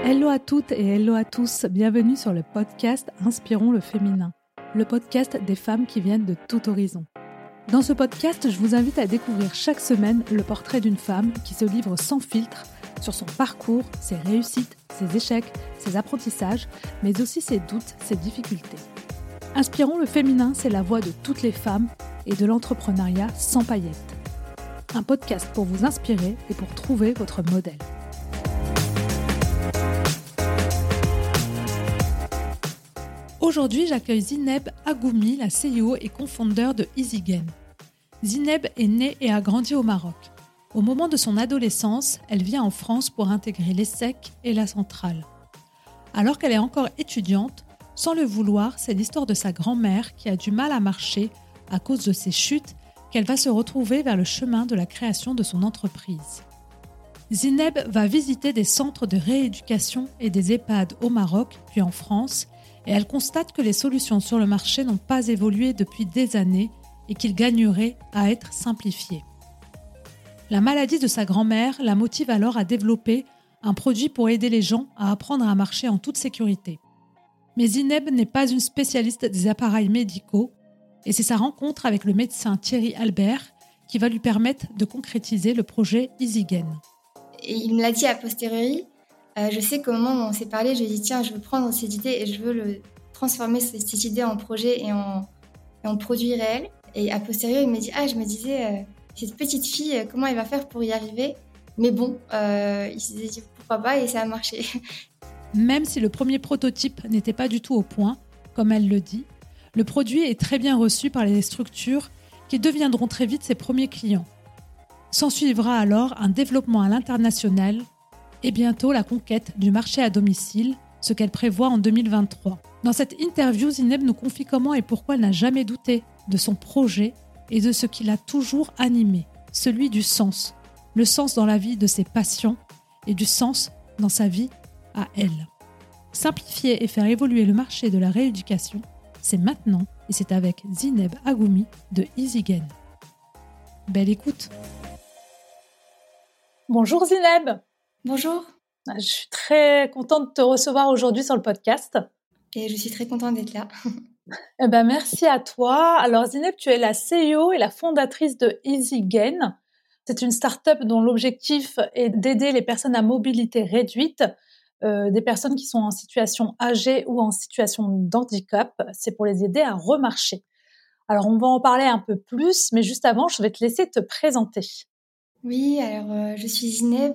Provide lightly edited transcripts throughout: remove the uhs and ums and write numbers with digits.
Hello à toutes et hello à tous, bienvenue sur le podcast Inspirons le féminin, le podcast des femmes qui viennent de tout horizon. Dans ce podcast, je vous invite à découvrir chaque semaine le portrait d'une femme qui se livre sans filtre sur son parcours, ses réussites, ses échecs, ses apprentissages, mais aussi ses doutes, ses difficultés. Inspirons le féminin, c'est la voix de toutes les femmes et de l'entrepreneuriat sans paillettes. Un podcast pour vous inspirer et pour trouver votre modèle. Aujourd'hui, j'accueille Zineb Agoumi, la CEO et cofondeur de EasyGain. Zineb est née et a grandi au Maroc. Au moment de son adolescence, elle vient en France pour intégrer l'ESSEC et la Centrale. Alors qu'elle est encore étudiante, sans le vouloir, c'est l'histoire de sa grand-mère qui a du mal à marcher à cause de ses chutes qu'elle va se retrouver vers le chemin de la création de son entreprise. Zineb va visiter des centres de rééducation et des EHPAD au Maroc, puis en France, et elle constate que les solutions sur le marché n'ont pas évolué depuis des années et qu'il gagnerait à être simplifié. La maladie de sa grand-mère la motive alors à développer un produit pour aider les gens à apprendre à marcher en toute sécurité. Mais Zineb n'est pas une spécialiste des appareils médicaux et c'est sa rencontre avec le médecin Thierry Albert qui va lui permettre de concrétiser le projet EasyGain. Et il me l'a dit a posteriori. Je sais qu'au moment où on s'est parlé, je lui ai dit tiens, je veux prendre cette idée et je veux transformer cette idée en projet et en produit réel. Et a posteriori, il m'a dit je me disais, cette petite fille, comment elle va faire pour y arriver? Mais bon, il s'est dit pourquoi pas et ça a marché. Même si le premier prototype n'était pas du tout au point, comme elle le dit, le produit est très bien reçu par les structures qui deviendront très vite ses premiers clients. S'ensuivra alors un développement à l'international et bientôt la conquête du marché à domicile, ce qu'elle prévoit en 2023. Dans cette interview, Zineb nous confie comment et pourquoi elle n'a jamais douté de son projet et de ce qui l'a toujours animé, celui du sens. Le sens dans la vie de ses patients et du sens dans sa vie à elle. Simplifier et faire évoluer le marché de la rééducation, c'est maintenant et c'est avec Zineb Agoumi de EasyGain. Belle écoute. Bonjour Zineb. Bonjour. Je suis très contente de te recevoir aujourd'hui sur le podcast. Et je suis très contente d'être là. Merci à toi. Alors Zineb, tu es la CEO et la fondatrice de EasyGain. C'est une start-up dont l'objectif est d'aider les personnes à mobilité réduite, des personnes qui sont en situation âgée ou en situation de handicap. C'est pour les aider à remarcher. Alors on va en parler un peu plus, mais juste avant, je vais te laisser te présenter. Oui, alors je suis Zineb.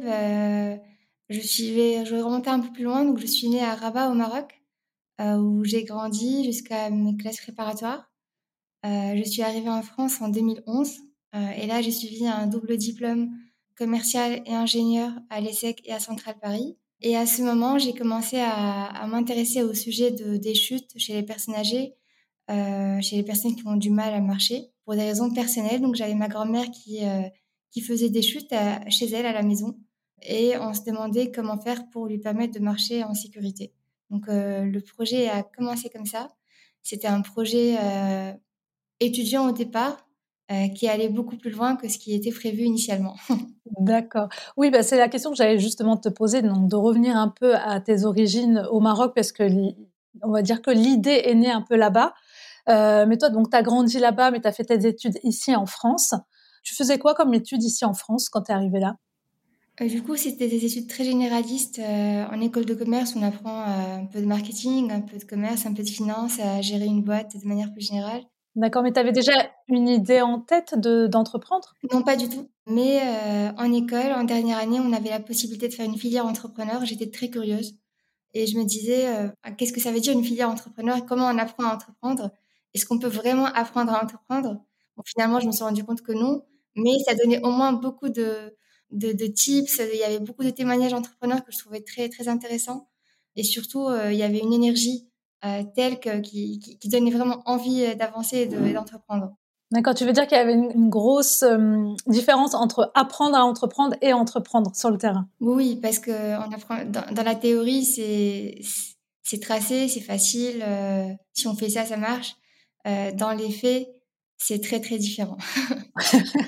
Je vais remonter un peu plus loin. Donc je suis née à Rabat au Maroc, où j'ai grandi jusqu'à mes classes préparatoires. Je suis arrivée en France en 2011 et là j'ai suivi un double diplôme commercial et ingénieur à l'ESSEC et à Centrale Paris. Et à ce moment, j'ai commencé à m'intéresser au sujet des chutes chez les personnes âgées, chez les personnes qui ont du mal à marcher pour des raisons personnelles. Donc j'avais ma grand-mère qui faisait des chutes chez elle à la maison et on se demandait comment faire pour lui permettre de marcher en sécurité. Donc le projet a commencé comme ça. C'était un projet étudiant au départ, qui allait beaucoup plus loin que ce qui était prévu initialement. D'accord. Oui, c'est la question que j'allais justement te poser, donc de revenir un peu à tes origines au Maroc, parce que on va dire que l'idée est née un peu là-bas. Mais toi, donc, tu as grandi là-bas, mais tu as fait tes études ici en France. Tu faisais quoi comme études ici en France quand tu es arrivée là? Du coup, c'était des études très généralistes. En école de commerce, on apprend un peu de marketing, un peu de commerce, un peu de finance, à gérer une boîte de manière plus générale. D'accord, mais tu avais déjà une idée en tête d'entreprendre? Non, pas du tout. Mais en école, en dernière année, on avait la possibilité de faire une filière entrepreneur. J'étais très curieuse et je me disais, qu'est-ce que ça veut dire une filière entrepreneur? Comment on apprend à entreprendre? Est-ce qu'on peut vraiment apprendre à entreprendre? Bon, finalement, je me suis rendu compte que non, mais ça donnait au moins beaucoup de tips. Il y avait beaucoup de témoignages d'entrepreneurs que je trouvais très, très intéressants. Et surtout, il y avait une énergie telle qui donnait vraiment envie d'avancer et d'entreprendre. D'accord, tu veux dire qu'il y avait une grosse différence entre apprendre à entreprendre et entreprendre sur le terrain? Oui, parce que on apprend dans la théorie, c'est tracé, c'est facile. Si on fait ça, ça marche. Dans les faits, c'est très très différent.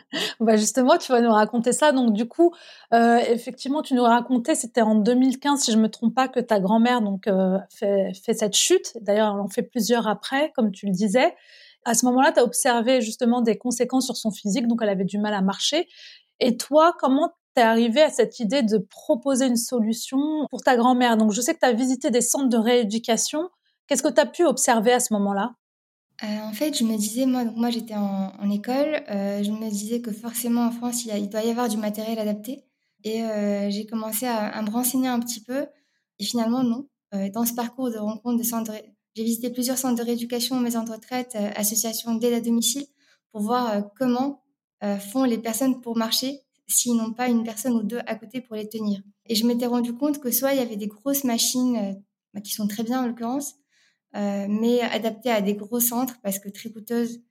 Bah, justement, tu vas nous raconter ça. Donc du coup, effectivement, tu nous racontais, c'était en 2015, si je me trompe pas, que ta grand-mère donc fait cette chute. D'ailleurs, elle en fait plusieurs après, comme tu le disais. À ce moment-là, tu as observé justement des conséquences sur son physique, donc elle avait du mal à marcher. Et toi, comment t'es arrivée à cette idée de proposer une solution pour ta grand-mère? Donc je sais que tu as visité des centres de rééducation. Qu'est-ce que tu as pu observer à ce moment-là? En fait, je me disais, moi j'étais en école, je me disais que forcément en France, il doit y avoir du matériel adapté et j'ai commencé à me renseigner un petit peu et finalement non. Dans ce parcours de rencontre de centres de ré j'ai visité plusieurs centres de rééducation, maisons de retraite, associations d'aide à domicile pour voir, comment, font les personnes pour marcher s'ils n'ont pas une personne ou 2 à côté pour les tenir et je m'étais rendu compte que soit il y avait des grosses machines, qui sont très bien en l'occurrence, mais adaptée à des gros centres parce que très coûteuse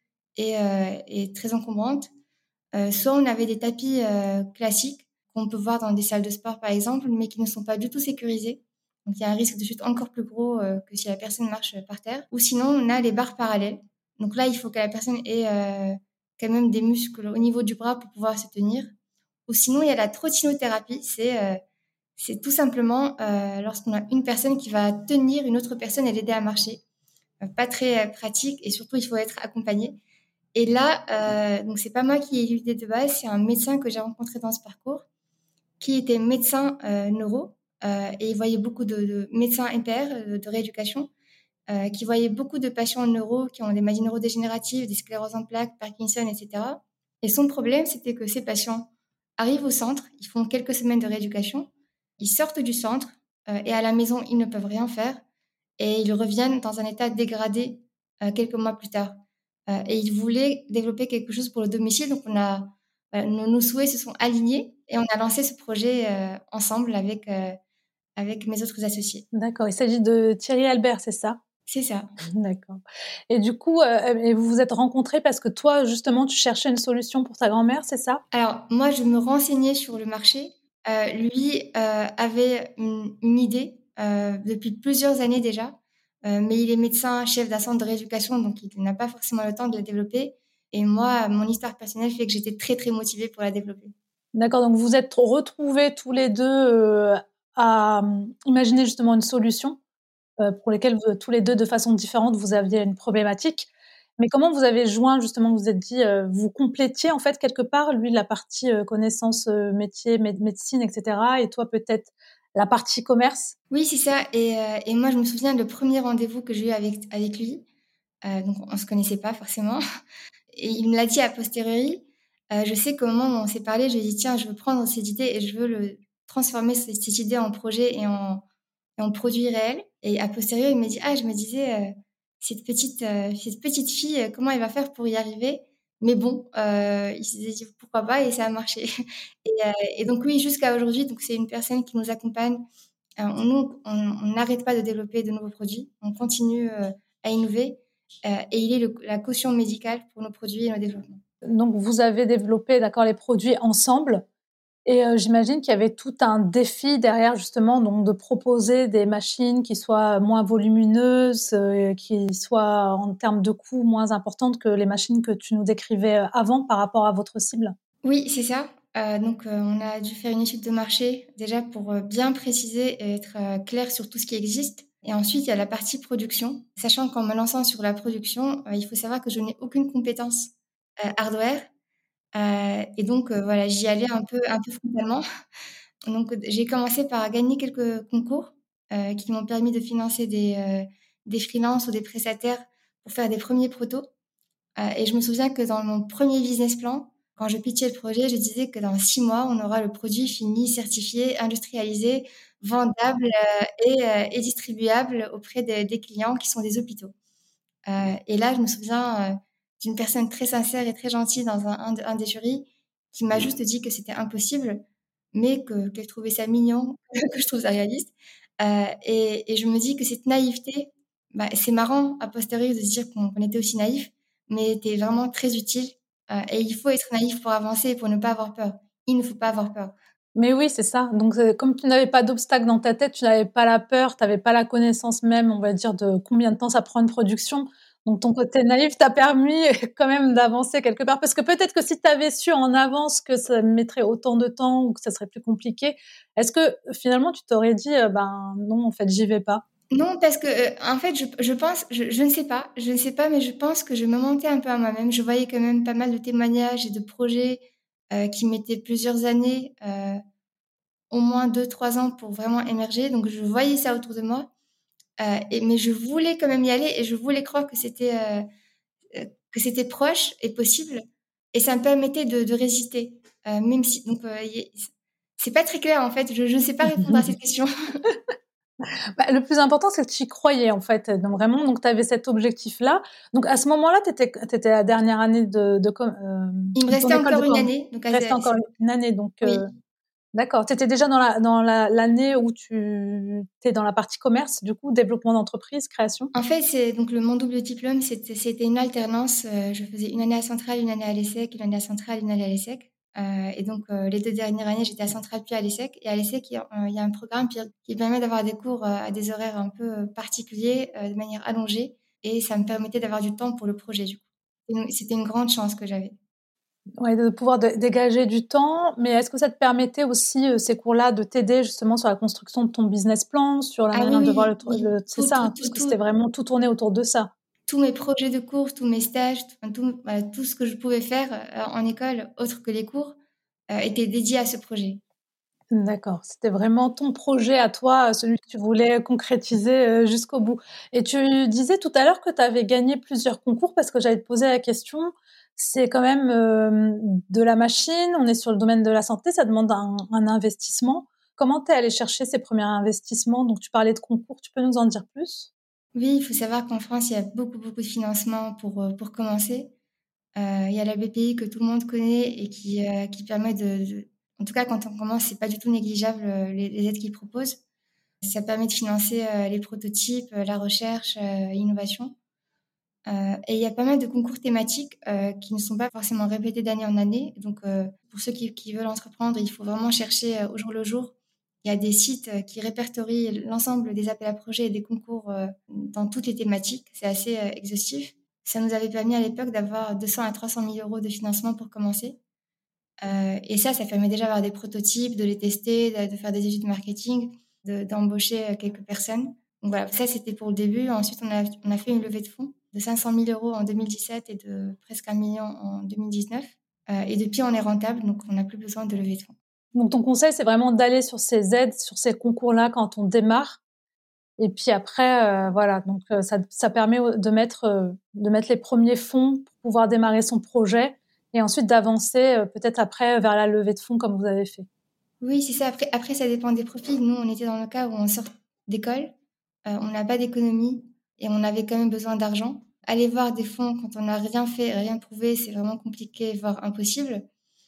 et très encombrante. Soit on avait des tapis, classiques qu'on peut voir dans des salles de sport, par exemple, mais qui ne sont pas du tout sécurisés. Donc il y a un risque de chute encore plus gros, que si la personne marche, par terre. Ou sinon, on a les barres parallèles. Donc là, il faut que la personne ait, quand même des muscles au niveau du bras pour pouvoir se tenir. Ou sinon, il y a la trottiноthérapie. C'est tout simplement, lorsqu'on a une personne qui va tenir une autre personne et l'aider à marcher. Pas très, pratique et surtout, il faut être accompagné. Et là, donc c'est pas moi qui ai eu l'idée de base, c'est un médecin que j'ai rencontré dans ce parcours, qui était médecin, neuro, et il voyait beaucoup de médecins MPR, de rééducation, qui voyaient beaucoup de patients neuro qui ont des maladies neurodégénératives, des scléroses en plaques, Parkinson et cetera. Et son problème, c'était que ces patients arrivent au centre, ils font quelques semaines de rééducation, ils sortent du centre, et à la maison, ils ne peuvent rien faire et ils reviennent dans un état dégradé, quelques mois plus tard. Et ils voulaient développer quelque chose pour le domicile, donc nos souhaits se sont alignés et on a lancé ce projet, ensemble avec mes autres associés. D'accord, il s'agit de Thierry Albert, c'est ça? C'est ça. D'accord. Et du coup, et vous vous êtes rencontrés parce que toi, justement, tu cherchais une solution pour ta grand-mère, c'est ça? Alors moi, je me renseignais sur le marché. Lui, avait une idée, depuis plusieurs années déjà, mais il est médecin chef d'un centre de rééducation, donc il n'a pas forcément le temps de la développer et moi, mon histoire personnelle fait que j'étais très, très motivée pour la développer. D'accord, donc vous vous êtes retrouvés tous les 2 à, imaginer justement une solution, pour lesquelles tous les 2 de façon différente, vous aviez une problématique. Mais comment vous avez joint justement, vous vous êtes dit, vous complétiez en fait quelque part, lui la partie, connaissances, métier, médecine et cetera et toi peut-être la partie commerce? Oui, c'est ça et moi, je me souviens le premier rendez-vous que j'ai eu avec lui, donc on se connaissait pas forcément et il me l'a dit a posteriori. Je sais qu'au moment où on s'est parlé, je lui ai dit: «Tiens, je veux prendre cette idée et je veux le transformer cette idée en projet et en produit réel» et a posteriori, il m'a dit: «Ah, je me disais, cette petite fille, comment elle va faire pour y arriver?» Mais bon, il s'est dit: «Pourquoi pas?» et ça a marché et donc oui, jusqu'à aujourd'hui, donc c'est une personne qui nous accompagne. On n'arrête pas de développer de nouveaux produits, on continue, à innover, et il est la caution médicale pour nos produits et nos développements. Donc vous avez développé, d'accord, les produits ensemble et j'imagine qu'il y avait tout un défi derrière justement, donc de proposer des machines qui soient moins volumineuses, qui soient en termes de coût moins importantes que les machines que tu nous décrivais, avant par rapport à votre cible? Oui, c'est ça, donc on a dû faire une étude de marché déjà pour, bien préciser et être, clair sur tout ce qui existe et ensuite il y a la partie production. Sachant qu'en me lançant sur la production, il faut savoir que je n'ai aucune compétence, hardware, et donc voilà, j'y allais un peu frontalement. Donc, j'ai commencé par gagner quelques concours, qui m'ont permis de financer des freelances ou des prestataires pour faire des premiers protos. Et je me souviens que dans mon premier business plan, quand je pitchais le projet, je disais que dans 6 mois, on aura le produit fini, certifié, industrialisé, vendable, et distribuable auprès des clients qui sont des hôpitaux. Et là, je me souviens, d'une personne très sincère et très gentille dans un des jurys qui m'a juste dit que c'était impossible, mais qu'elle trouvait ça mignon, que je trouve ça réaliste. Et je me dis que cette naïveté, bah, c'est marrant a posteriori de se dire qu'on était aussi naïf, mais était vraiment très utile. Et il faut être naïf pour avancer et pour ne pas avoir peur. Il ne faut pas avoir peur. Mais oui, c'est ça. Donc, comme tu n'avais pas d'obstacle dans ta tête, tu n'avais pas la peur, tu avais pas la connaissance même, on va dire, de combien de temps ça prend une production. Donc ton côté naïf t'a permis quand même d'avancer quelque part. Parce que peut-être que si tu avais su en avance que ça mettrait autant de temps ou que ça serait plus compliqué, est-ce que finalement tu t'aurais dit, ben non, en fait, j'y vais pas? Non, parce que en fait, je pense, je ne sais pas, mais je pense que je me mentais un peu à moi-même. Je voyais quand même pas mal de témoignages et de projets qui mettaient plusieurs années, au moins 2, 3 ans pour vraiment émerger. Donc je voyais ça autour de moi, mais je voulais quand même y aller et je voulais croire que c'était proche et possible. Et ça me permettait de résister, même si donc c'est pas très clair en fait. Je ne sais pas répondre à cette question. Bah, le plus important, c'est que tu y croyais, en fait. Donc vraiment, donc tu avais cet objectif-là. Donc à ce moment-là, tu étais la dernière année Il me de ton restait école de encore une com. année, donc Il restait encore une année, donc oui. d'accord. Tu étais déjà l'année où tu es dans la partie commerce, du coup, développement d'entreprise, création? En fait, c'est donc mon double diplôme, c'était une alternance. Je faisais une année à Centrale, une année à l'ESSEC, une année à Centrale, une année à l'ESSEC. Et donc, les 2 dernières années, j'étais à Centrale puis à l'ESSEC. Et à l'ESSEC, il y a un programme qui permet d'avoir des cours à des horaires un peu particuliers, de manière allongée. Et ça me permettait d'avoir du temps pour le projet, du coup. Et donc, c'était une grande chance que j'avais. Ouais, de pouvoir dégager du temps. Mais est-ce que ça te permettait aussi, ces cours-là, de t'aider justement sur la construction de ton business plan, sur la Ah oui, manière de voir oui, oui. c'est ça, hein, parce que c'était vraiment tout tourné autour de ça. Tous mes projets de cours, tous mes stages, enfin, voilà, tout ce que je pouvais faire en école, autre que les cours, était dédié à ce projet. D'accord, c'était vraiment ton projet à toi, celui que tu voulais concrétiser, jusqu'au bout. Et tu disais tout à l'heure que tu avais gagné plusieurs concours parce que j'allais te poser la question. C'est quand même, de la machine, on est sur le domaine de la santé, ça demande un investissement. Comment tu es allée chercher ces premiers investissements? Donc tu parlais de concours, tu peux nous en dire plus? Oui, il faut savoir qu'en France, il y a beaucoup, beaucoup de financement pour commencer. Il y a la BPI que tout le monde connaît et qui permet en tout cas, quand on commence, c'est pas du tout négligeable, les aides qu'ils proposent. Ça permet de financer, les prototypes, la recherche, innovation. Et il y a pas mal de concours thématiques, qui ne sont pas forcément répétés d'année en année. Donc, pour ceux qui veulent entreprendre, il faut vraiment chercher, au jour le jour. Il y a des sites, qui répertorient l'ensemble des appels à projets et des concours, dans toutes les thématiques. C'est assez, exhaustif. Ça nous avait permis à l'époque d'avoir 200 à 300 000 euros de financement pour commencer. Et ça permet déjà d'avoir des prototypes, de les tester, de faire des études marketing, d'embaucher quelques personnes. Donc voilà, ça c'était pour le début. Ensuite, on a fait une levée de fonds de 500 000 euros en 2017 et de presque 1 million en 2019. Et depuis, on est rentable, donc on n'a plus besoin de lever de fonds. Donc ton conseil, c'est vraiment d'aller sur ces aides, sur ces concours-là quand on démarre. Et puis après, voilà, donc ça permet de mettre les premiers fonds pour pouvoir démarrer son projet et ensuite d'avancer, peut-être après vers la levée de fonds comme vous avez fait. Oui, c'est ça. Après, ça dépend des profils. Nous, on était dans le cas où on sort d'école, on n'a pas d'économie et on avait quand même besoin d'argent. Aller voir des fonds quand on n'a rien fait, rien prouvé, c'est vraiment compliqué, voire impossible.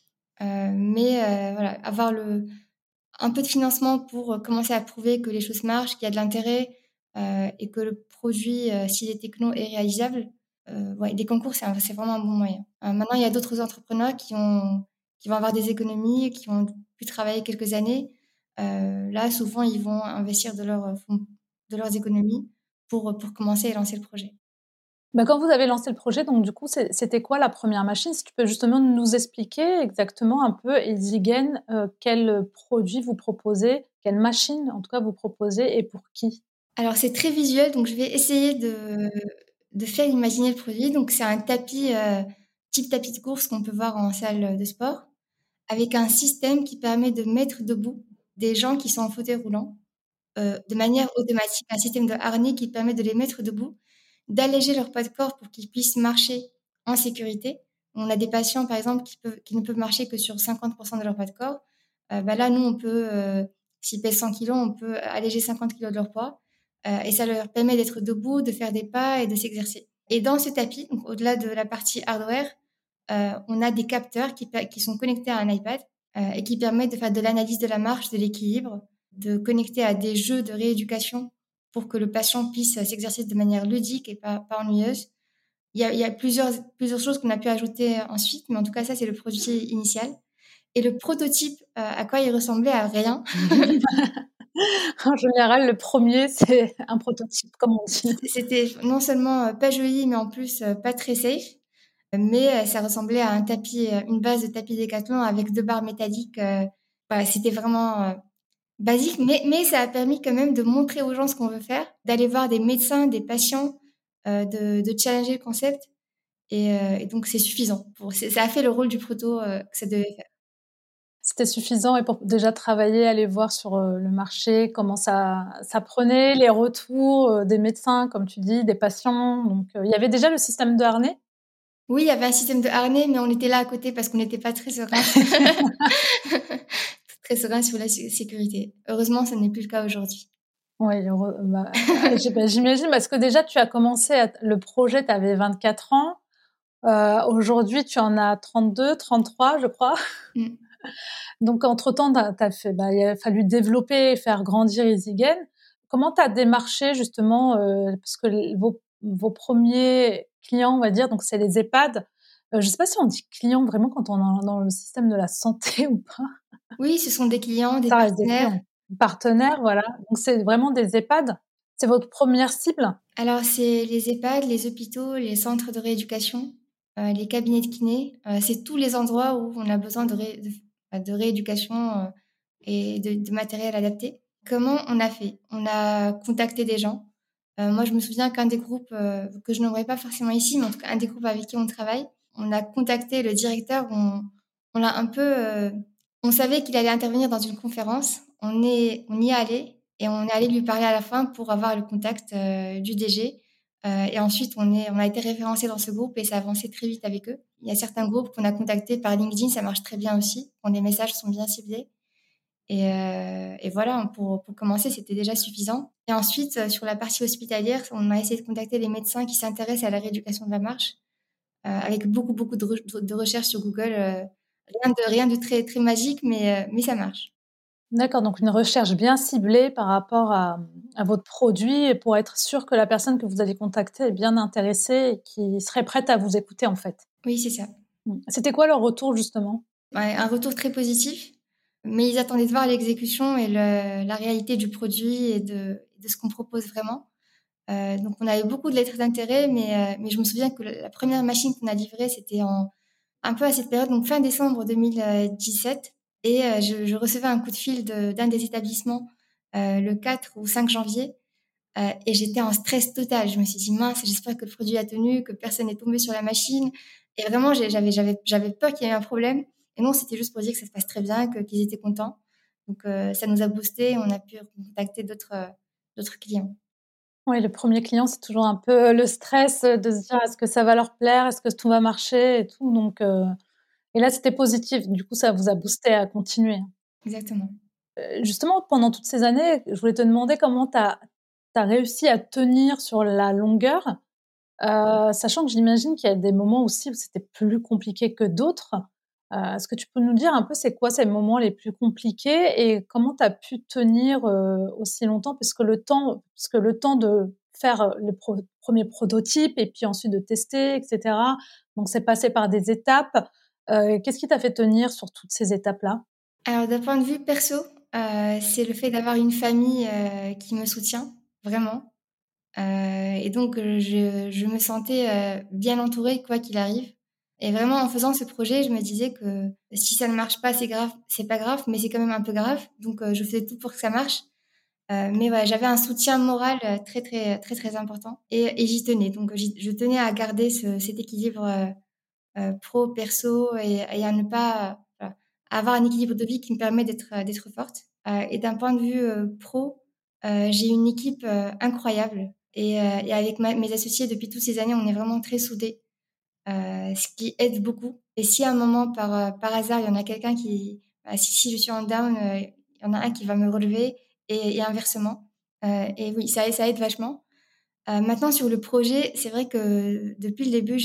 Mais voilà, avoir un peu de financement pour commencer à prouver que les choses marchent, qu'il y a de l'intérêt et que le produit, s'il est techno, est réalisable. Ouais, des concours, c'est vraiment un bon moyen. Maintenant, il y a d'autres entrepreneurs qui vont avoir des économies, qui ont pu travailler quelques années. Là, souvent, ils vont investir de leurs économies pour commencer et lancer le projet. Bah, quand vous avez lancé le projet, donc du coup, c'était quoi la première machine? Si tu peux justement nous expliquer exactement un peu Easygain, quel produit vous proposez, quelle machine en tout cas vous proposez et pour qui? Alors, c'est très visuel, donc je vais essayer de faire imaginer le produit. Donc, c'est un tapis, type tapis de course qu'on peut voir en salle de sport, avec un système qui permet de mettre debout des gens qui sont en fauteuil roulant, de manière automatique. Un système de harnais qui permet de les mettre debout, d'alléger leur poids de corps pour qu'ils puissent marcher en sécurité. On a des patients, par exemple, qui ne peuvent marcher que sur 50% de leur poids de corps. Bah là, nous, on peut, s'ils pèsent 100 kilos, on peut alléger 50 kilos de leur poids. Et ça leur permet d'être debout, de faire des pas et de s'exercer. Et dans ce tapis, donc au-delà de la partie hardware, on a des capteurs qui sont connectés à un iPad et qui permettent de faire de l'analyse de la marche, de l'équilibre, de connecter à des jeux de rééducation pour que le patient puisse s'exercer de manière ludique et pas ennuyeuse. Il y a plusieurs choses qu'on a pu ajouter ensuite, mais en tout cas, ça, c'est le produit initial. Et le prototype, à quoi il ressemblait? À rien. En général, le premier, c'est un prototype, comme on dit. C'était non seulement, pas joli, mais en plus, pas très safe, mais ça ressemblait à un tapis, une base de tapis Décathlon avec 2 barres métalliques, voilà, c'était vraiment, basique, mais ça a permis quand même de montrer aux gens ce qu'on veut faire, d'aller voir des médecins, des patients, de challenger le concept et donc c'est suffisant pour ça a fait le rôle du proto, que ça devait faire. C'était suffisant et pour déjà travailler, aller voir sur, le marché comment ça prenait, les retours, des médecins, comme tu dis, des patients, donc il y avait déjà le système de harnais? Oui, il y avait un système de harnais, mais on était là à côté parce qu'on n'était pas très sereins. Très sereins sur la sécurité. Heureusement, ça n'est plus le cas aujourd'hui. Oui, j'imagine parce que déjà tu as commencé le projet, tu avais 24 ans, aujourd'hui tu en as 32, 33 je crois. Mmh. Donc entre-temps tu as fait il a fallu développer et faire grandir EasyGain. Comment tu as démarché justement, parce que vos 1ers clients, on va dire, donc c'est les EHPAD. Je sais pas si on dit clients vraiment quand on est dans le système de la santé ou pas? Oui, ce sont des clients, des Ça reste des partenaires. clients. Partenaires, voilà. Donc c'est vraiment des EHPAD? C'est votre première cible? Alors, c'est les EHPAD, les hôpitaux, les centres de rééducation, les cabinets de kiné. C'est tous les endroits où on a besoin de rééducation et de matériel adapté. Comment on a fait? On a contacté des gens. Moi, je me souviens qu'un des groupes, que je nommerai pas forcément ici, mais en tout cas un des groupes avec qui on travaille, on a contacté le directeur. On l'a un peu, on savait qu'il allait intervenir dans une conférence. On y est allé et on est allé lui parler à la fin pour avoir le contact du DG. Et ensuite, on a été référencé dans ce groupe et ça a avancé très vite avec eux. Il y a certains groupes qu'on a contactés par LinkedIn, ça marche très bien aussi, quand les messages sont bien ciblés. Et voilà, pour commencer, c'était déjà suffisant. Et ensuite, sur la partie hospitalière, on a essayé de contacter les médecins qui s'intéressent à la rééducation de la marche, avec beaucoup, beaucoup de recherches sur Google. Rien de très, très magique, mais ça marche. D'accord, donc une recherche bien ciblée par rapport à votre produit et pour être sûr que la personne que vous allez contacter est bien intéressée et qui serait prête à vous écouter, en fait. Oui, c'est ça. C'était quoi leur retour, justement? Ouais, un retour très positif, mais ils attendaient de voir l'exécution et la réalité du produit et de ce qu'on propose vraiment. Donc on avait beaucoup de lettres d'intérêt, mais je me souviens que la première machine qu'on a livrée, c'était un peu à cette période, donc fin décembre 2017. Et je recevais un coup de fil d'un des établissements le 4 ou 5 janvier. Et j'étais en stress total. Je me suis dit: «Mince, j'espère que le produit a tenu, que personne n'est tombé sur la machine». Et vraiment, j'avais peur qu'il y ait un problème. Et non, c'était juste pour dire que ça se passe très bien, qu'ils étaient contents. Donc ça nous a boosté et on a pu contacter d'autres clients. Oui, le premier client, c'est toujours un peu le stress, de se dire: «Est-ce que ça va leur plaire? Est-ce que tout va marcher?» et tout, donc et là, c'était positif, du coup, ça vous a boosté à continuer. Exactement. Justement, pendant toutes ces années, je voulais te demander comment tu as réussi à tenir sur la longueur, sachant que j'imagine qu'il y a des moments aussi où c'était plus compliqué que d'autres. Est-ce que tu peux nous dire un peu c'est quoi ces moments les plus compliqués et comment tu as pu tenir, aussi longtemps? Puisque le temps de faire, les premiers prototypes et puis ensuite de tester et cetera, donc c'est passé par des étapes. Qu'est-ce qui t'a fait tenir sur toutes ces étapes-là? Alors d'un point de vue perso, c'est le fait d'avoir une famille, qui me soutient, vraiment. Et donc je me sentais, bien entourée quoi qu'il arrive. Et vraiment en faisant ce projet, je me disais que si ça ne marche pas, c'est grave, c'est pas grave, mais c'est quand même un peu grave. Donc je faisais tout pour que ça marche. Mais voilà, j'avais un soutien moral, très, très, très, très important et j'y tenais. Donc je tenais à garder cet équilibre, pro, perso et à ne pas, voilà, avoir un équilibre de vie qui me permet d'être forte. Et d'un point de vue, pro, j'ai une équipe, incroyable et avec mes associés depuis toutes ces années, on est vraiment très soudés, ce qui aide beaucoup. Et si à un moment, par hasard, il y en a quelqu'un qui si je suis en down, il y en a un qui va me relever et inversement. Et oui, ça aide vachement. Maintenant sur le projet, c'est vrai que depuis le début,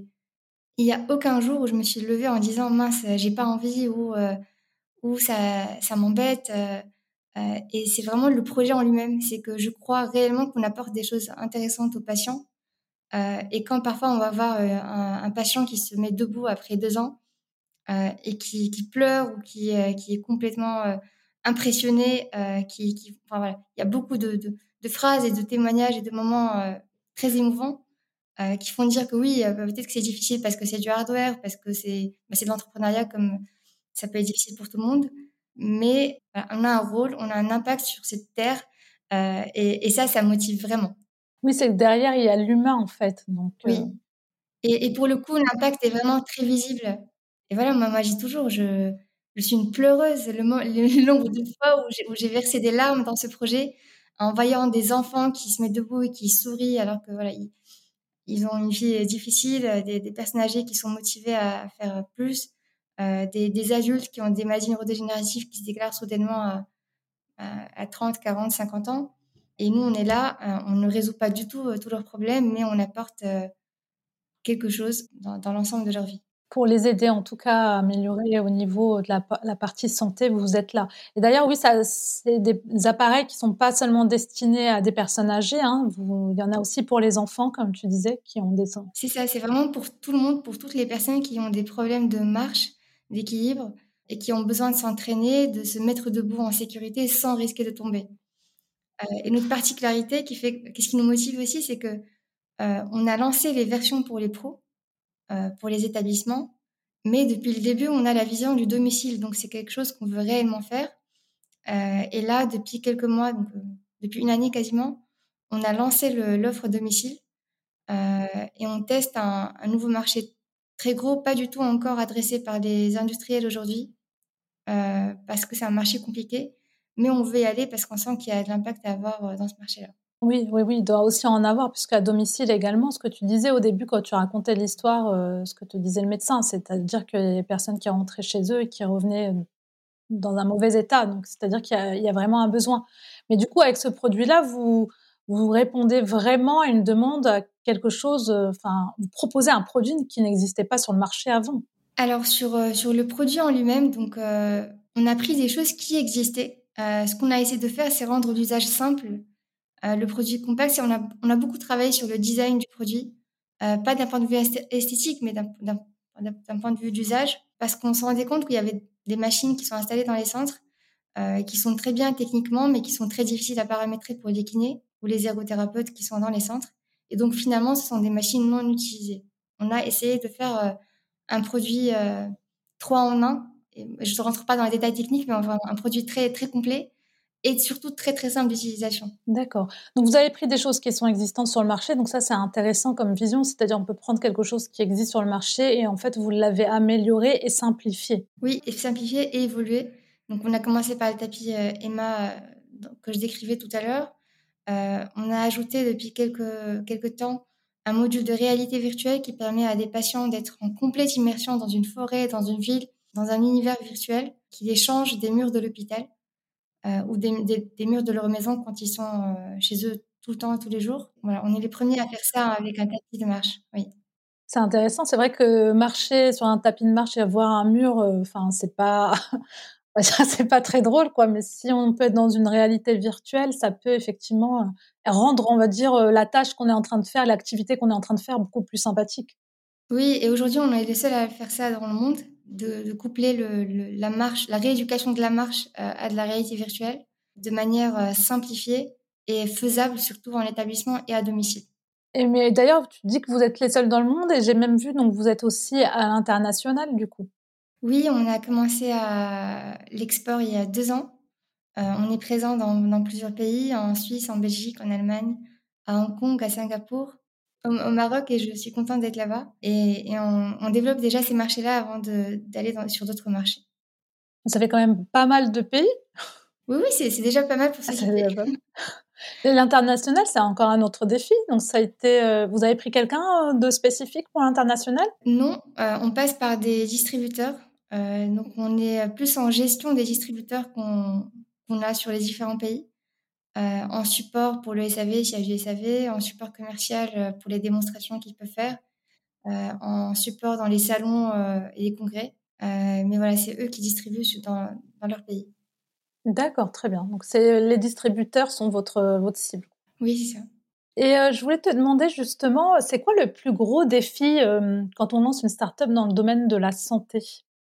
il y a aucun jour où je me suis levée en disant: «Mince, j'ai pas envie» ou «Ça m'embête», et c'est vraiment le projet en lui-même. C'est que je crois réellement qu'on apporte des choses intéressantes aux patients, et quand parfois on va voir, un patient qui se met debout après 2 ans, et qui pleure ou qui est complètement, impressionnés, enfin voilà, il y a beaucoup de phrases et de témoignages et de moments très émouvants qui font dire que oui, peut-être que c'est difficile parce que c'est du hardware, parce que c'est de l'entrepreneuriat comme ça peut être difficile pour tout le monde, mais on a un rôle, on a un impact sur cette terre et ça motive vraiment. Oui, c'est que derrière, il y a l'humain, en fait, donc Oui. Et pour le coup, l'impact est vraiment très visible. Et voilà, moi je dis toujours, je suis une pleureuse. Le nombre de fois où j'ai versé des larmes dans ce projet, en voyant des enfants qui se mettent debout et qui sourient alors que voilà, ils ont une vie difficile, des personnes âgées qui sont motivées à faire plus, des adultes qui ont des maladies neurodégénératives qui se déclarent soudainement à 30, 40, 50 ans. Et nous, on est là, on ne résout pas du tout tous leurs problèmes, mais on apporte quelque chose dans l'ensemble de leur vie. pour les aider, en tout cas, à améliorer au niveau de la partie santé, vous êtes là. Et d'ailleurs, oui, ça c'est des appareils qui sont pas seulement destinés à des personnes âgées, hein, vous il y en a aussi pour les enfants, comme tu disais, qui ont des en C'est ça, c'est vraiment pour tout le monde, pour toutes les personnes qui ont des problèmes de marche, d'équilibre et qui ont besoin de s'entraîner, de se mettre debout en sécurité sans risquer de tomber. Et notre particularité qu'est-ce qui nous motive aussi, c'est que on a lancé les versions pour les pros, pour les établissements, mais depuis le début, on a la vision du domicile. Donc c'est quelque chose qu'on veut réellement faire. Et là, depuis quelques mois, donc depuis une année quasiment, on a lancé l'offre domicile. Et on teste un nouveau marché très gros, pas du tout encore adressé par les industriels aujourd'hui, parce que c'est un marché compliqué, mais on veut y aller parce qu'on sent qu'il y a de l'impact à avoir dans ce marché-là. Oui, oui, oui, il doit aussi en avoir puisqu'à domicile également, ce que tu disais au début quand tu racontais l'histoire, ce que te disait le médecin, c'est-à-dire que les personnes qui rentraient chez eux et qui revenaient, dans un mauvais état, donc c'est-à-dire qu'il y a vraiment un besoin. Mais du coup, avec ce produit-là, vous répondez vraiment à une demande, à quelque chose, enfin, vous proposez un produit qui n'existait pas sur le marché avant? Alors sur le produit en lui-même, donc on a pris des choses qui existaient. Ce qu'on a essayé de faire, c'est rendre l'usage simple. Le produit compact, on a beaucoup travaillé sur le design du produit, pas d'un point de vue esthétique, mais d'un point de vue d'usage, parce qu'on se rendait compte qu'il y avait des machines qui sont installées dans les centres, qui sont très bien techniquement, mais qui sont très difficiles à paramétrer pour les kinés ou les ergothérapeutes qui sont dans les centres. Et donc finalement, ce sont des machines non utilisées. On a essayé de faire un produit 3 en 1. Et je ne rentre pas dans les détails techniques, mais enfin, un produit très, très complet et surtout très, très simple d'utilisation. D'accord. Donc vous avez pris des choses qui sont existantes sur le marché, donc ça, c'est intéressant comme vision, c'est-à-dire on peut prendre quelque chose qui existe sur le marché et en fait, vous l'avez amélioré et simplifié. Oui, et simplifier et évoluer. Donc, on a commencé par le tapis Emma que je décrivais tout à l'heure. On a ajouté depuis quelques temps un module de réalité virtuelle qui permet à des patients d'être en complète immersion dans une forêt, dans une ville, dans un univers virtuel qui les change des murs de l'hôpital ou des murs de leur maison quand ils sont chez eux tout le temps, tous les jours. Voilà, on est les premiers à faire ça avec un tapis de marche. Oui. C'est intéressant, c'est vrai que marcher sur un tapis de marche et avoir un mur, enfin, c'est pas bah, ça, c'est pas très drôle, quoi, mais si on peut être dans une réalité virtuelle, ça peut effectivement, rendre, on va dire, la tâche qu'on est en train de faire, l'activité qu'on est en train de faire beaucoup plus sympathique. Oui, et aujourd'hui, on est les seuls à faire ça dans le monde, de coupler la marche, la rééducation de la marche à de la réalité virtuelle de manière simplifiée et faisable, surtout en établissement et à domicile. Et mais d'ailleurs, tu dis que vous êtes les seuls dans le monde et j'ai même vu donc vous êtes aussi à l'international, du coup? Oui, on a commencé à l'export il y a 2 ans. On est présent dans plusieurs pays, en Suisse, en Belgique, en Allemagne, à Hong Kong, à Singapour, au Maroc, et je suis contente d'être là-bas. Et on développe déjà ces marchés-là avant d'aller sur d'autres marchés. Ça fait quand même pas mal de pays. Oui, oui, c'est déjà pas mal pour Ah, c'est s'équiper. déjà pas mal. Et l'international, c'est encore un autre défi, donc ça a été, vous avez pris quelqu'un, de spécifique pour l'international? Non, on passe par des distributeurs. Donc on est plus en gestion des distributeurs qu'on a sur les différents pays, en support pour le SAV, s'il y a du SAV, en support commercial, pour les démonstrations qu'ils peuvent faire, en support dans les salons, et les congrès. Mais voilà, c'est eux qui distribuent dans leur pays. D'accord, très bien. Donc c'est les distributeurs sont votre cible. Oui, c'est ça. Et je voulais te demander justement, c'est quoi le plus gros défi, quand on lance une start-up dans le domaine de la santé?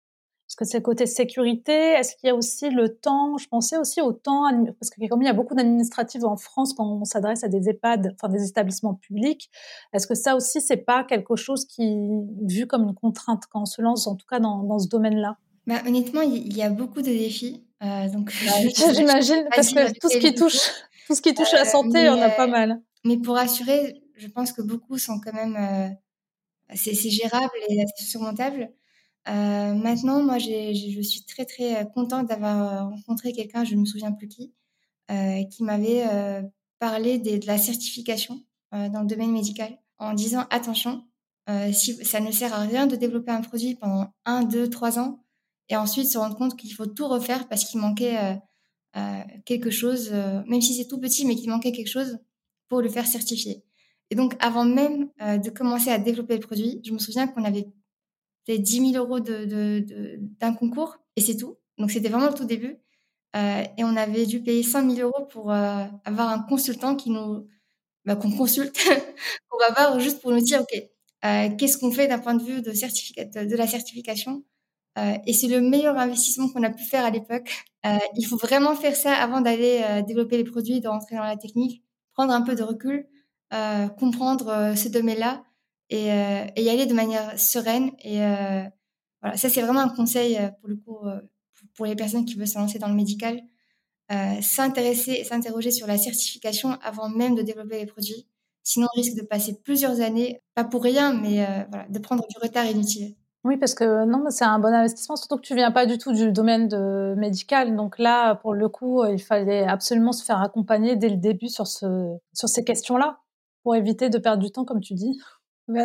Parce que c'est le côté sécurité. Est-ce qu'il y a aussi le temps? Je pensais aussi au temps, parce que comme il y a beaucoup d'administratifs en France quand on s'adresse à des EHPAD, enfin des établissements publics, est-ce que ça aussi, c'est pas quelque chose qui est vu comme une contrainte quand on se lance, en tout cas dans ce domaine-là? Bah, honnêtement, il y a beaucoup de défis, donc Bah, je peux j'imagine, pas parce dire que tout ce quel est qui le touche, jour, tout ce qui touche à la santé, il y en a pas mais mal. mais pour assurer, je pense que beaucoup sont quand même, c'est gérable et c'est surmontable. Maintenant, moi, je suis très, très, contente d'avoir, rencontré quelqu'un, je ne me souviens plus qui m'avait, parlé de la certification, dans le domaine médical en disant: «Attention, si ça ne sert à rien de développer un produit pendant 1, 2, 3 ans et ensuite se rendre compte qu'il faut tout refaire parce qu'il manquait, quelque chose, même si c'est tout petit, mais qu'il manquait quelque chose pour le faire certifier». Et donc avant même, de commencer à développer le produit, je me souviens qu'on avait fait 10 000 € d'un concours et c'est tout. Donc c'était vraiment le tout début, et on avait dû payer 5 000 € pour, avoir un consultant qui nous qu'on consulte pour avoir juste pour nous dire: «OK, qu'est-ce qu'on fait d'un point de vue de la certification?» Et c'est le meilleur investissement qu'on a pu faire à l'époque. Il faut vraiment faire ça avant d'aller, développer les produits, de rentrer dans la technique, prendre un peu de recul, comprendre, ce domaine-là et y aller de manière sereine et voilà, ça c'est vraiment un conseil, pour le coup, pour les personnes qui veulent se lancer dans le médical. S'intéresser et s'interroger sur la certification avant même de développer les produits. Sinon, on risque de passer plusieurs années, pas pour rien, mais voilà, de prendre du retard inutile. Oui, parce que non, mais c'est un bon investissement, surtout que tu viens pas du tout du domaine médical. Donc là, pour le coup, il fallait absolument se faire accompagner dès le début sur ces questions-là, pour éviter de perdre du temps, comme tu dis. Bah,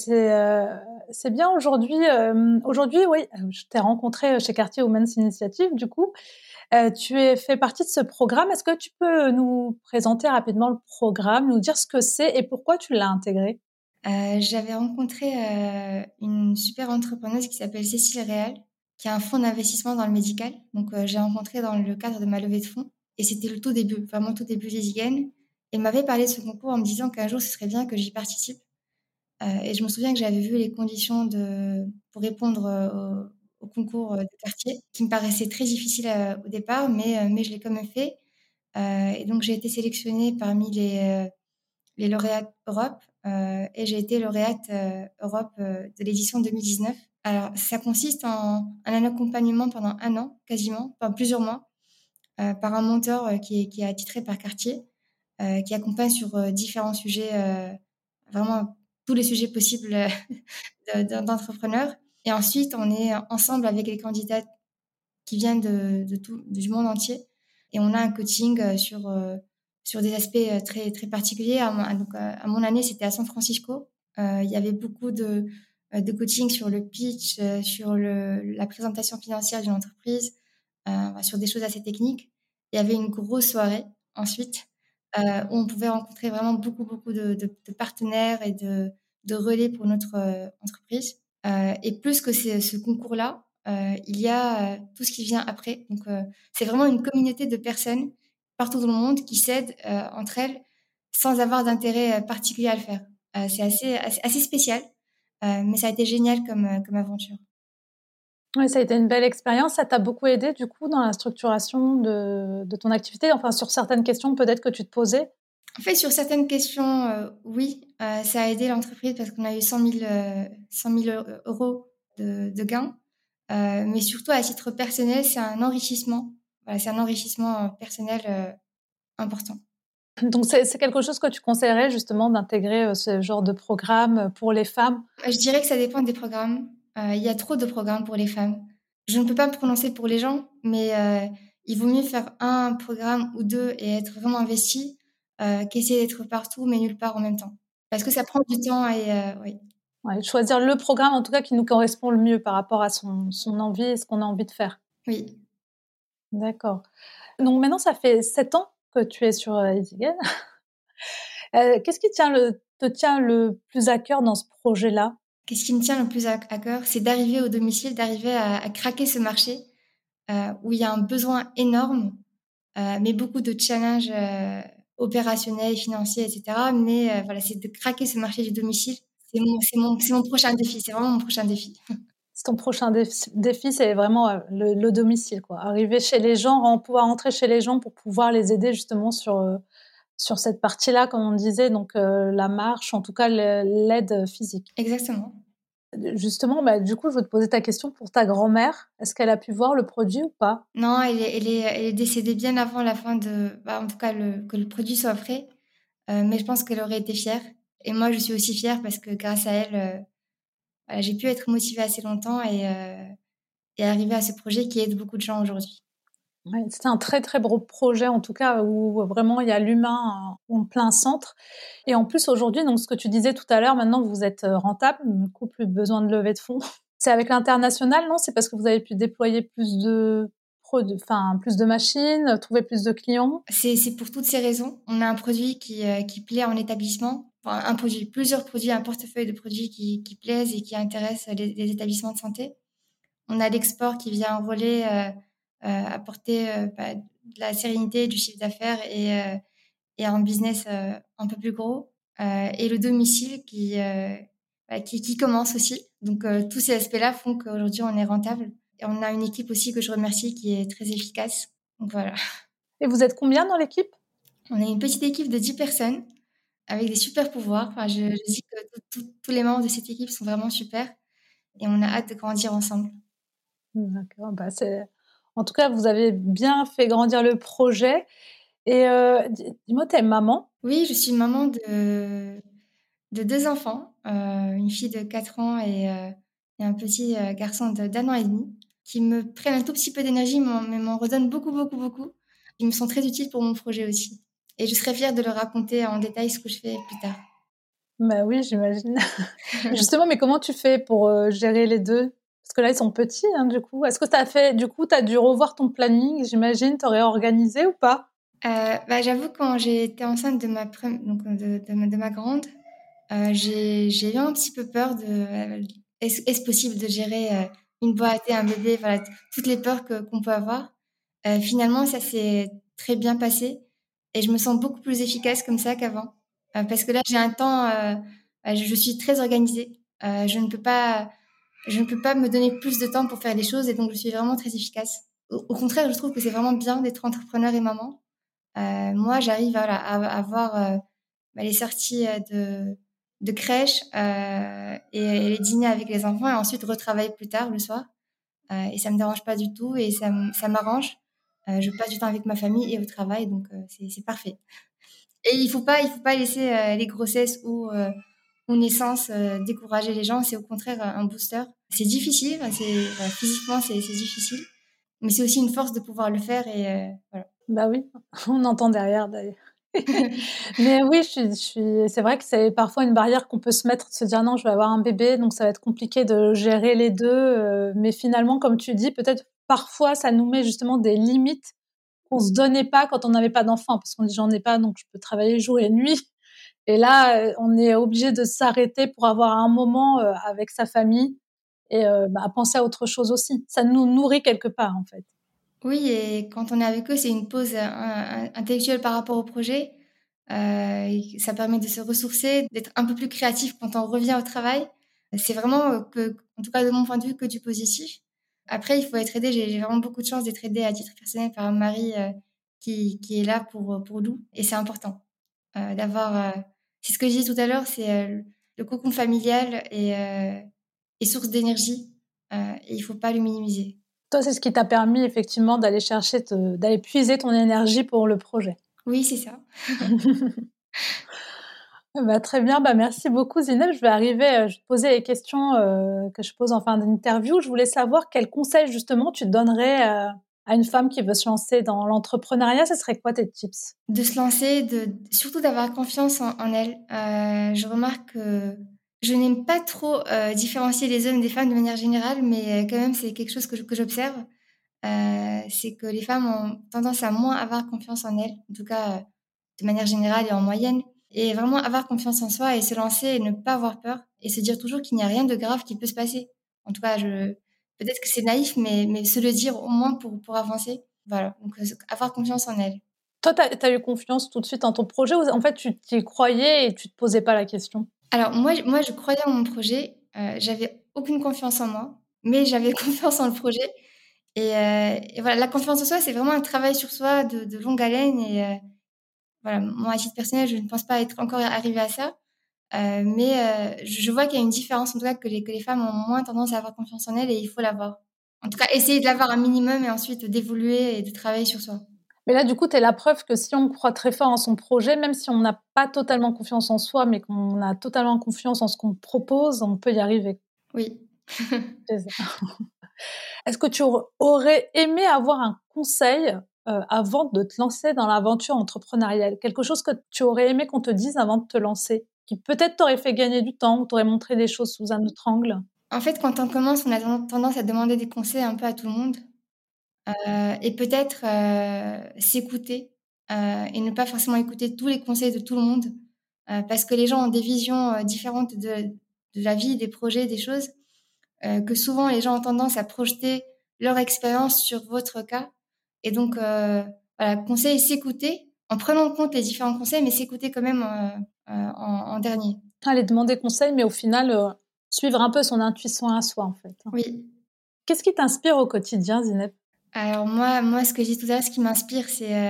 c'est bien aujourd'hui. Aujourd'hui, oui, je t'ai rencontré chez Cartier Women's Initiative, du coup. Tu fais partie de ce programme. Est-ce que tu peux nous présenter rapidement le programme, nous dire ce que c'est et pourquoi tu l'as intégré? J'avais rencontré, une super entrepreneuse qui s'appelle Cécile Réal, qui a un fonds d'investissement dans le médical. Donc, j'ai rencontré dans le cadre de ma levée de fonds et c'était le tout début, vraiment le tout début d'Easygain. Elle m'avait parlé de ce concours en me disant qu'un jour, ce serait bien que j'y participe. Et je me souviens que j'avais vu les conditions pour répondre, au concours, de quartier, qui me paraissaient très difficiles, au départ, mais je l'ai quand même fait. Et donc j'ai été sélectionnée parmi les lauréates Europe, et j'ai été lauréate, Europe, de l'édition 2019. Alors ça consiste en un accompagnement pendant 1 an quasiment, enfin plusieurs mois, par un mentor, qui est attitré par quartier, qui accompagne sur, différents sujets, vraiment tous les sujets possibles, d'entrepreneurs. Et ensuite, on est ensemble avec les candidats qui viennent de tout du monde entier et on a un coaching, sur des aspects, très, très particuliers. À mon année, c'était à San Francisco. Il y avait beaucoup de coaching sur le pitch, sur la présentation financière d'une entreprise, sur des choses assez techniques. Il y avait une grosse soirée ensuite, où on pouvait rencontrer vraiment beaucoup, beaucoup de partenaires et de relais pour notre, entreprise. Et plus que ce concours-là, il y a, tout ce qui vient après. Donc, c'est vraiment une communauté de personnes partout dans le monde qui s'aident, entre elles sans avoir d'intérêt, particulier à le faire. C'est assez spécial, mais ça a été génial comme aventure. Ouais, ça a été une belle expérience. Ça t'a beaucoup aidé, du coup, dans la structuration de ton activité? Enfin, sur certaines questions peut-être que tu te posais? En fait, sur certaines questions, oui, ça a aidé l'entreprise parce qu'on a eu 100 000 € de gains. Mais surtout à titre personnel, c'est un enrichissement. Voilà, c'est un enrichissement, personnel, important. Donc c'est quelque chose que tu conseillerais justement d'intégrer, ce genre de programme, pour les femmes? Je dirais que ça dépend des programmes. Il y a trop de programmes pour les femmes. Je ne peux pas me prononcer pour les gens, mais il vaut mieux faire un programme ou 2 et être vraiment investi, qu'essayer d'être partout mais nulle part en même temps. Parce que ça prend du temps et oui. Ouais, choisir le programme en tout cas qui nous correspond le mieux par rapport à son envie et ce qu'on a envie de faire. Oui. D'accord. Donc maintenant ça fait 7 ans que tu es sur, Easygen. Qu'est-ce qui te tient le plus à cœur dans ce projet-là? Qu'est-ce qui me tient le plus à cœur? C'est d'arriver au domicile, d'arriver à craquer ce marché, où il y a un besoin énorme, mais beaucoup de challenges, opérationnels, financiers et cetera. Mais voilà, c'est de craquer ce marché du domicile. C'est mon prochain défi, c'est vraiment mon prochain défi. Ton prochain défi, c'est vraiment, le domicile, quoi. Arriver chez les gens, pouvoir entrer chez les gens pour pouvoir les aider justement sur cette partie-là, comme on disait, donc la marche, en tout cas l'aide physique. Exactement. Justement, bah, du coup, je veux te poser ta question pour ta grand-mère. Est-ce qu'elle a pu voir le produit ou pas? Non, elle est décédée bien avant la fin en tout cas, que le produit soit prêt. Mais je pense qu'elle aurait été fière. Et moi, je suis aussi fière parce que grâce à elle, voilà, j'ai pu être motivée assez longtemps et arriver à ce projet qui aide beaucoup de gens aujourd'hui. Ouais, c'est un très, très beau projet, en tout cas, où vraiment il y a l'humain en plein centre. Et en plus, aujourd'hui, donc ce que tu disais tout à l'heure, maintenant vous êtes rentable, du coup, plus besoin de lever de fonds. C'est avec l'international, non? C'est parce que vous avez pu déployer plus de machines, trouver plus de clients? C'est pour toutes ces raisons. On a un produit qui plaît en établissement. Enfin, plusieurs produits, un portefeuille de produits qui plaisent et qui intéressent les établissements de santé. On a l'export qui vient enrôler, apporter de la sérénité, du chiffre d'affaires et un business un peu plus gros. Et le domicile qui commence aussi. Donc tous ces aspects-là font qu'aujourd'hui on est rentable. Et on a une équipe aussi que je remercie qui est très efficace. Donc voilà. Et vous êtes combien dans l'équipe? On a une petite équipe de 10 personnes avec des super pouvoirs. Enfin, je dis que tous les membres de cette équipe sont vraiment super et on a hâte de grandir ensemble. D'accord, bah, en tout cas, vous avez bien fait grandir le projet. Et dis-moi, tu es maman? Oui, je suis maman de 2 enfants, une fille de 4 ans et un petit garçon d'un an et demi, qui me prennent un tout petit peu d'énergie, mais m'en redonnent beaucoup, beaucoup, beaucoup. Ils me sont très utiles pour mon projet aussi. Et je serais fière de leur raconter en détail ce que je fais plus tard. Bah oui, j'imagine. Justement, mais comment tu fais pour gérer les deux? Parce que là, ils sont petits, hein, du coup. Est-ce que tu as dû revoir ton planning, j'imagine, t'aurais organisé ou pas? J'avoue, quand j'ai été enceinte de ma grande, j'ai eu un petit peu peur est-ce possible de gérer une boîte et un bébé, voilà, toutes les peurs qu'on peut avoir. Finalement, ça s'est très bien passé et je me sens beaucoup plus efficace comme ça qu'avant. Parce que là, j'ai un temps, je suis très organisée. Je ne peux pas me donner plus de temps pour faire les choses et donc je suis vraiment très efficace. Au contraire, je trouve que c'est vraiment bien d'être entrepreneur et maman. Moi, j'arrive voilà, à avoir les sorties de crèche et les dîners avec les enfants et ensuite retravailler plus tard le soir. Et ça me dérange pas du tout et ça m'arrange. Je passe du temps avec ma famille et au travail, donc c'est parfait. Et il faut pas laisser les grossesses ou naissances décourager les gens. C'est au contraire un booster. C'est difficile, voilà, physiquement c'est difficile, mais c'est aussi une force de pouvoir le faire et voilà. Bah oui, on entend derrière d'ailleurs. Mais oui, c'est vrai que c'est parfois une barrière qu'on peut se mettre, de se dire non, je vais avoir un bébé, donc ça va être compliqué de gérer les deux. Mais finalement, comme tu dis, peut-être parfois ça nous met justement des limites qu'on se donnait pas quand on n'avait pas d'enfant, parce qu'on dit j'en ai pas, donc je peux travailler jour et nuit. Et là, on est obligé de s'arrêter pour avoir un moment avec sa famille et penser à autre chose aussi. Ça nous nourrit quelque part, en fait. Oui, et quand on est avec eux, c'est une pause intellectuelle par rapport au projet. Ça permet de se ressourcer, d'être un peu plus créatif quand on revient au travail. C'est vraiment, en tout cas de mon point de vue, que du positif. Après, il faut être aidé. J'ai vraiment beaucoup de chance d'être aidée à titre personnel par un mari qui est là pour nous. Et c'est important d'avoir... c'est ce que je disais tout à l'heure, c'est le cocon familial et source d'énergie. Et il faut pas le minimiser. Toi, c'est ce qui t'a permis effectivement d'aller puiser ton énergie pour le projet. Oui, c'est ça. Très bien, merci beaucoup Zineb. Je vais te poser les questions que je pose en fin d'interview. Je voulais savoir quels conseils justement tu donnerais à une femme qui veut se lancer dans l'entrepreneuriat. Ce serait quoi tes tips? De se lancer, surtout d'avoir confiance en elle. Je remarque que je n'aime pas trop différencier les hommes des femmes de manière générale, mais quand même c'est quelque chose que j'observe. C'est que les femmes ont tendance à moins avoir confiance en elles, en tout cas de manière générale et en moyenne, et vraiment avoir confiance en soi et se lancer et ne pas avoir peur et se dire toujours qu'il n'y a rien de grave qui peut se passer. En tout cas, peut-être que c'est naïf, mais se le dire au moins pour avancer. Voilà, donc avoir confiance en elle. Toi, t'as eu confiance tout de suite en ton projet ou en fait tu t'y croyais et tu te posais pas la question? Alors moi, je croyais en mon projet. J'avais aucune confiance en moi. mais j'avais confiance en le projet. Et voilà, la confiance en soi, c'est vraiment un travail sur soi de longue haleine. Voilà, moi, à titre personnel, je ne pense pas être encore arrivée à ça. Mais je vois qu'il y a une différence, en tout cas, que les femmes ont moins tendance à avoir confiance en elles et il faut l'avoir. En tout cas, essayer de l'avoir un minimum et ensuite d'évoluer et de travailler sur soi. Mais là, du coup, tu es la preuve que si on croit très fort en son projet, même si on n'a pas totalement confiance en soi, mais qu'on a totalement confiance en ce qu'on propose, on peut y arriver. Oui. C'est ça. Est-ce que tu aurais aimé avoir un conseil avant de te lancer dans l'aventure entrepreneuriale? Quelque chose que tu aurais aimé qu'on te dise avant de te lancer, qui peut-être t'aurait fait gagner du temps ou t'aurait montré les choses sous un autre angle? En fait, quand on commence, on a tendance à demander des conseils un peu à tout le monde. Et peut-être s'écouter et ne pas forcément écouter tous les conseils de tout le monde, parce que les gens ont des visions différentes de la vie, des projets, des choses, que souvent les gens ont tendance à projeter leur expérience sur votre cas. Et donc, voilà, conseil, s'écouter en prenant en compte les différents conseils, mais s'écouter quand même en dernier. Aller demander conseil, mais au final, suivre un peu son intuition à soi, en fait. Oui. Qu'est-ce qui t'inspire au quotidien, Zineb? Alors moi, ce que j'ai dit tout à l'heure, ce qui m'inspire,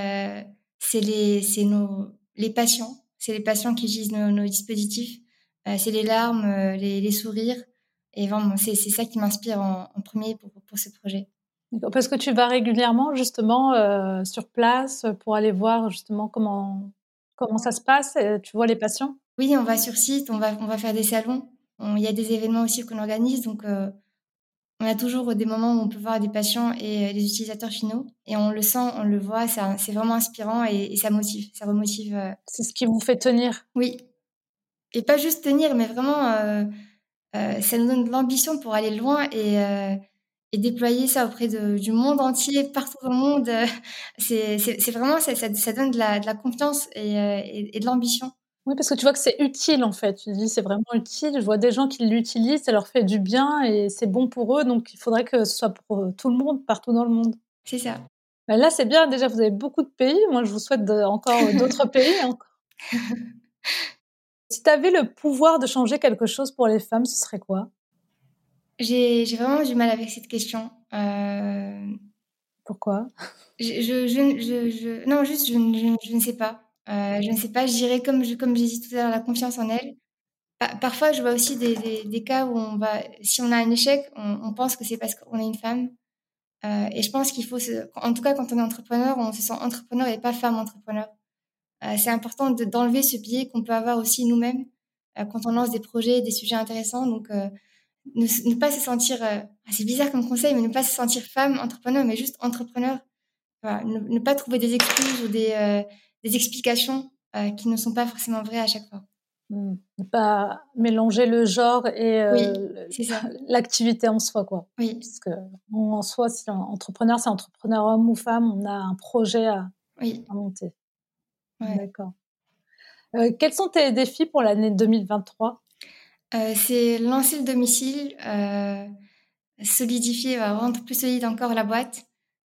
c'est les patients. C'est les patients qui utilisent nos dispositifs. C'est les larmes, les sourires. Et vraiment, c'est ça qui m'inspire en premier pour ce projet. Parce que tu vas régulièrement, justement, sur place pour aller voir justement comment ça se passe. Tu vois les patients? Oui, on va sur site, on va faire des salons. Il y a des événements aussi qu'on organise. Donc, on a toujours des moments où on peut voir des patients et les utilisateurs finaux. Et on le sent, on le voit. C'est vraiment inspirant et ça motive. Ça remotive. C'est ce qui vous fait tenir. Oui. Et pas juste tenir, mais vraiment, ça nous donne de l'ambition pour aller loin et déployer ça auprès du monde entier, partout dans le monde. C'est vraiment, ça donne de la confiance et de l'ambition. Oui, parce que tu vois que c'est utile, en fait. Tu dis: «C'est vraiment utile». Je vois des gens qui l'utilisent, ça leur fait du bien et c'est bon pour eux, donc il faudrait que ce soit pour, tout le monde, partout dans le monde. C'est ça. Bah, là, c'est bien, déjà, vous avez beaucoup de pays. Moi, je vous souhaite encore d'autres pays, hein. Si tu avais le pouvoir de changer quelque chose pour les femmes, ce serait quoi? J'ai vraiment du mal avec cette question. Pourquoi? Non, juste, je ne sais pas. Je ne sais pas, je dirais comme j'ai dit tout à l'heure, la confiance en elle. Parfois, je vois aussi des cas où si on a un échec, on pense que c'est parce qu'on est une femme. Et je pense qu'il faut en tout cas, quand on est entrepreneur, on se sent entrepreneur et pas femme entrepreneur. C'est important d'enlever ce biais qu'on peut avoir aussi nous-mêmes quand on lance des projets, des sujets intéressants. Donc, ne pas se sentir, c'est bizarre comme conseil, mais ne pas se sentir femme entrepreneur, mais juste entrepreneur. Voilà, ne pas trouver des excuses ou des explications qui ne sont pas forcément vraies à chaque fois. Mmh. Ne pas mélanger le genre et Oui, c'est ça. l'activité en soi, quoi. Oui, Parce qu'en soi, si entrepreneur, c'est entrepreneur homme ou femme, on a un projet oui, à monter. ouais. D'accord. Quels sont tes défis pour l'année 2023? C'est lancer le domicile, solidifier, rendre plus solide encore la boîte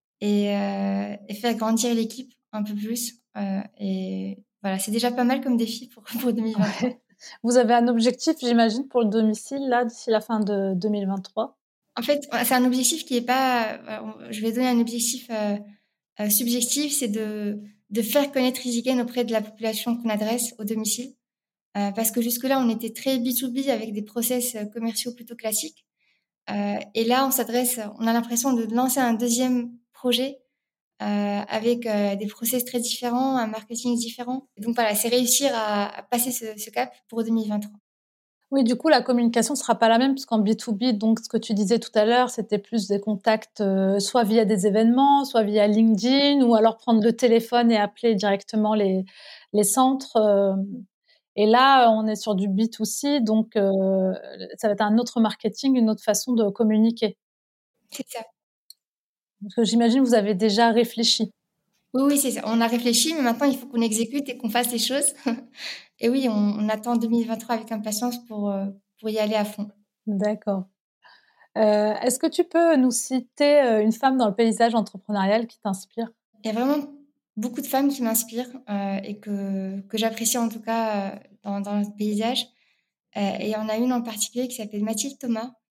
et faire grandir l'équipe un peu plus. Et voilà, c'est déjà pas mal comme défi pour 2023. Ouais. Vous avez un objectif, j'imagine, pour le domicile, là, d'ici la fin de 2023? En fait, c'est un objectif qui est pas, je vais donner un objectif subjectif, c'est de faire connaître EasyGain auprès de la population qu'on adresse au domicile. Parce que jusque-là, on était très B2B avec des process commerciaux plutôt classiques. Et là, on a l'impression de lancer un deuxième projet avec des process très différents, un marketing différent. Et donc voilà, c'est réussir à passer ce cap pour 2023. Oui, du coup, la communication sera pas la même puisqu'en B2B, donc ce que tu disais tout à l'heure, c'était plus des contacts, soit via des événements, soit via LinkedIn ou alors prendre le téléphone et appeler directement les centres, et là, on est sur du B2C, donc ça va être un autre marketing, une autre façon de communiquer. C'est ça. Parce que j'imagine vous avez déjà réfléchi? Oui, oui, c'est ça. On a réfléchi, mais maintenant, il faut qu'on exécute et qu'on fasse les choses. Et oui, on attend 2023 avec impatience pour y aller à fond. D'accord. Est-ce que tu peux nous citer, une femme dans le paysage entrepreneurial qui t'inspire? Il y a vraiment beaucoup de femmes qui m'inspirent et que j'apprécie en tout cas dans le paysage. Et il y en a une en particulier qui s'appelle Mathilde Thomas.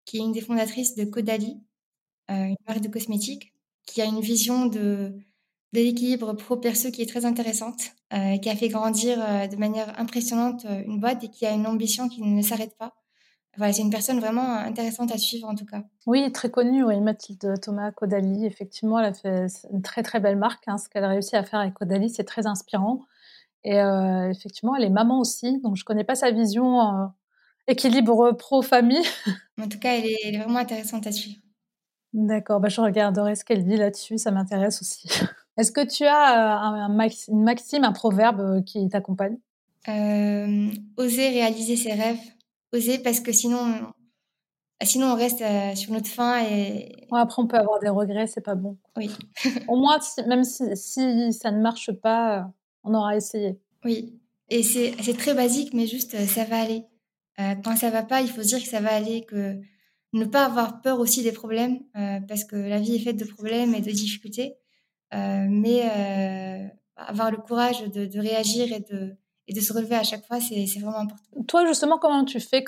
qui est une des fondatrices de Caudalie, une marque de cosmétiques, qui a une vision de l'équilibre pro-perso qui est très intéressante, qui a fait grandir de manière impressionnante une boîte et qui a une ambition qui ne s'arrête pas. Voilà, c'est une personne vraiment intéressante à suivre en tout cas. Oui, très connue, oui, Mathilde Thomas Caudalie. Effectivement, elle a fait une très très belle marque. Ce qu'elle a réussi à faire avec Caudalie, c'est très inspirant. Et effectivement, elle est maman aussi, donc je connais pas sa vision équilibre pro-famille. En tout cas, elle est vraiment intéressante à suivre. D'accord, je regarderai ce qu'elle dit là-dessus, ça m'intéresse aussi. Est-ce que tu as une maxime, un proverbe qui t'accompagne ? Oser réaliser ses rêves. Oser parce que sinon on reste sur notre faim et... Ouais, après, on peut avoir des regrets, c'est pas bon. Oui. Au moins, même si ça ne marche pas, on aura essayé. Oui, et c'est très basique, mais juste ça va aller. Quand ça va pas, il faut se dire que ça va aller, que ne pas avoir peur aussi des problèmes, parce que la vie est faite de problèmes et de difficultés, mais avoir le courage de réagir et de se relever à chaque fois, c'est vraiment important. Toi, justement, comment tu fais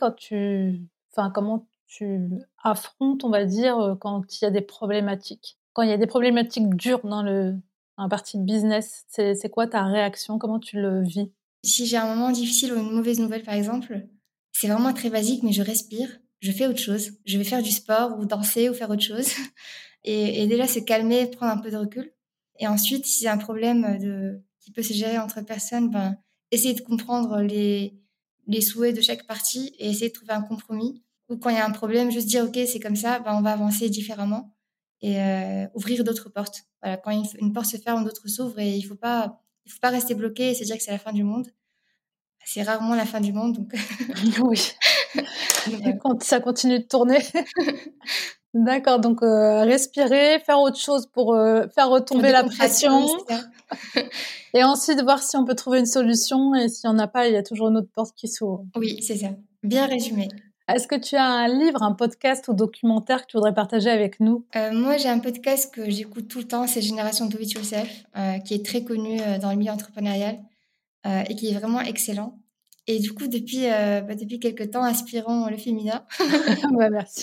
comment tu affrontes, on va dire, quand il y a des problématiques? Quand il y a des problématiques dures dans la partie business, c'est quoi ta réaction? Comment tu le vis? Si j'ai un moment difficile ou une mauvaise nouvelle, par exemple, c'est vraiment très basique, mais je respire, je fais autre chose. Je vais faire du sport ou danser ou faire autre chose. Et déjà, se calmer, prendre un peu de recul. Et ensuite, si c'est un problème qui peut se gérer entre personnes, essayer de comprendre les souhaits de chaque partie et essayer de trouver un compromis. Ou quand il y a un problème, juste dire, OK, c'est comme ça, on va avancer différemment et ouvrir d'autres portes. Voilà, quand une porte se ferme, d'autres s'ouvrent et il faut pas rester bloqué et se dire que c'est la fin du monde. C'est rarement la fin du monde, donc... Oui, donc voilà. quand ça continue de tourner. D'accord, donc respirer, faire autre chose pour faire retomber la pression Oui, c'est ça. et ensuite voir si on peut trouver une solution et s'il y en a pas, il y a toujours une autre porte qui s'ouvre. Oui, c'est ça. Bien résumé. Est-ce que tu as un livre, un podcast ou documentaire que tu voudrais partager avec nous? Moi, j'ai un podcast que j'écoute tout le temps, c'est Génération Do It Yourself, qui est très connu dans le milieu entrepreneurial et qui est vraiment excellent. Et du coup, depuis quelques temps, Inspirons le féminin. Merci.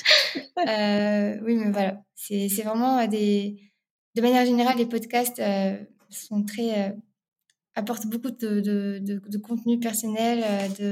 Oui, mais voilà, c'est vraiment de manière générale, les podcasts sont apportent beaucoup de contenu personnel,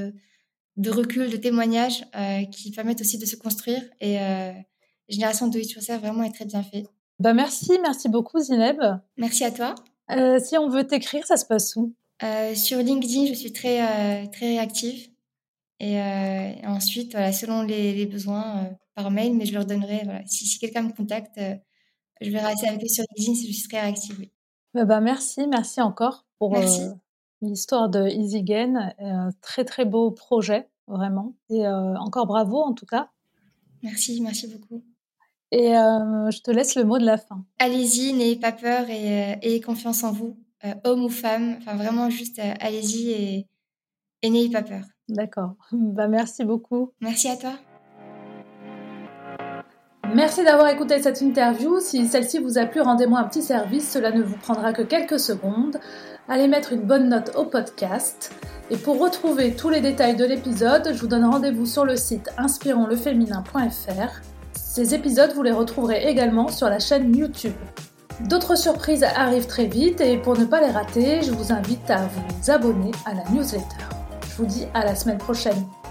de recul, de témoignages qui permettent aussi de se construire. Et Génération Do It Yourself vraiment est très bien fait. Merci beaucoup Zineb. Merci à toi. Si on veut t'écrire, ça se passe où? Sur LinkedIn, je suis très réactive. Et ensuite, voilà, selon les besoins, par mail, mais je leur donnerai, voilà, si quelqu'un me contacte, je verrai ça avec eux sur LinkedIn si je suis très réactive. Oui. Merci encore pour Merci. l'histoire de EasyGain. Très très beau projet, vraiment. Et encore bravo en tout cas. Merci beaucoup. Et je te laisse le mot de la fin. Allez-y, n'ayez pas peur et ayez confiance en vous, homme ou femme. Enfin, vraiment, juste allez-y et n'ayez pas peur. D'accord. Merci beaucoup. Merci à toi. Merci d'avoir écouté cette interview. Si celle-ci vous a plu, rendez-moi un petit service. Cela ne vous prendra que quelques secondes. Allez mettre une bonne note au podcast. Et pour retrouver tous les détails de l'épisode, je vous donne rendez-vous sur le site inspironsleféminin.fr. Ces épisodes, vous les retrouverez également sur la chaîne YouTube. D'autres surprises arrivent très vite et pour ne pas les rater, je vous invite à vous abonner à la newsletter. Je vous dis à la semaine prochaine.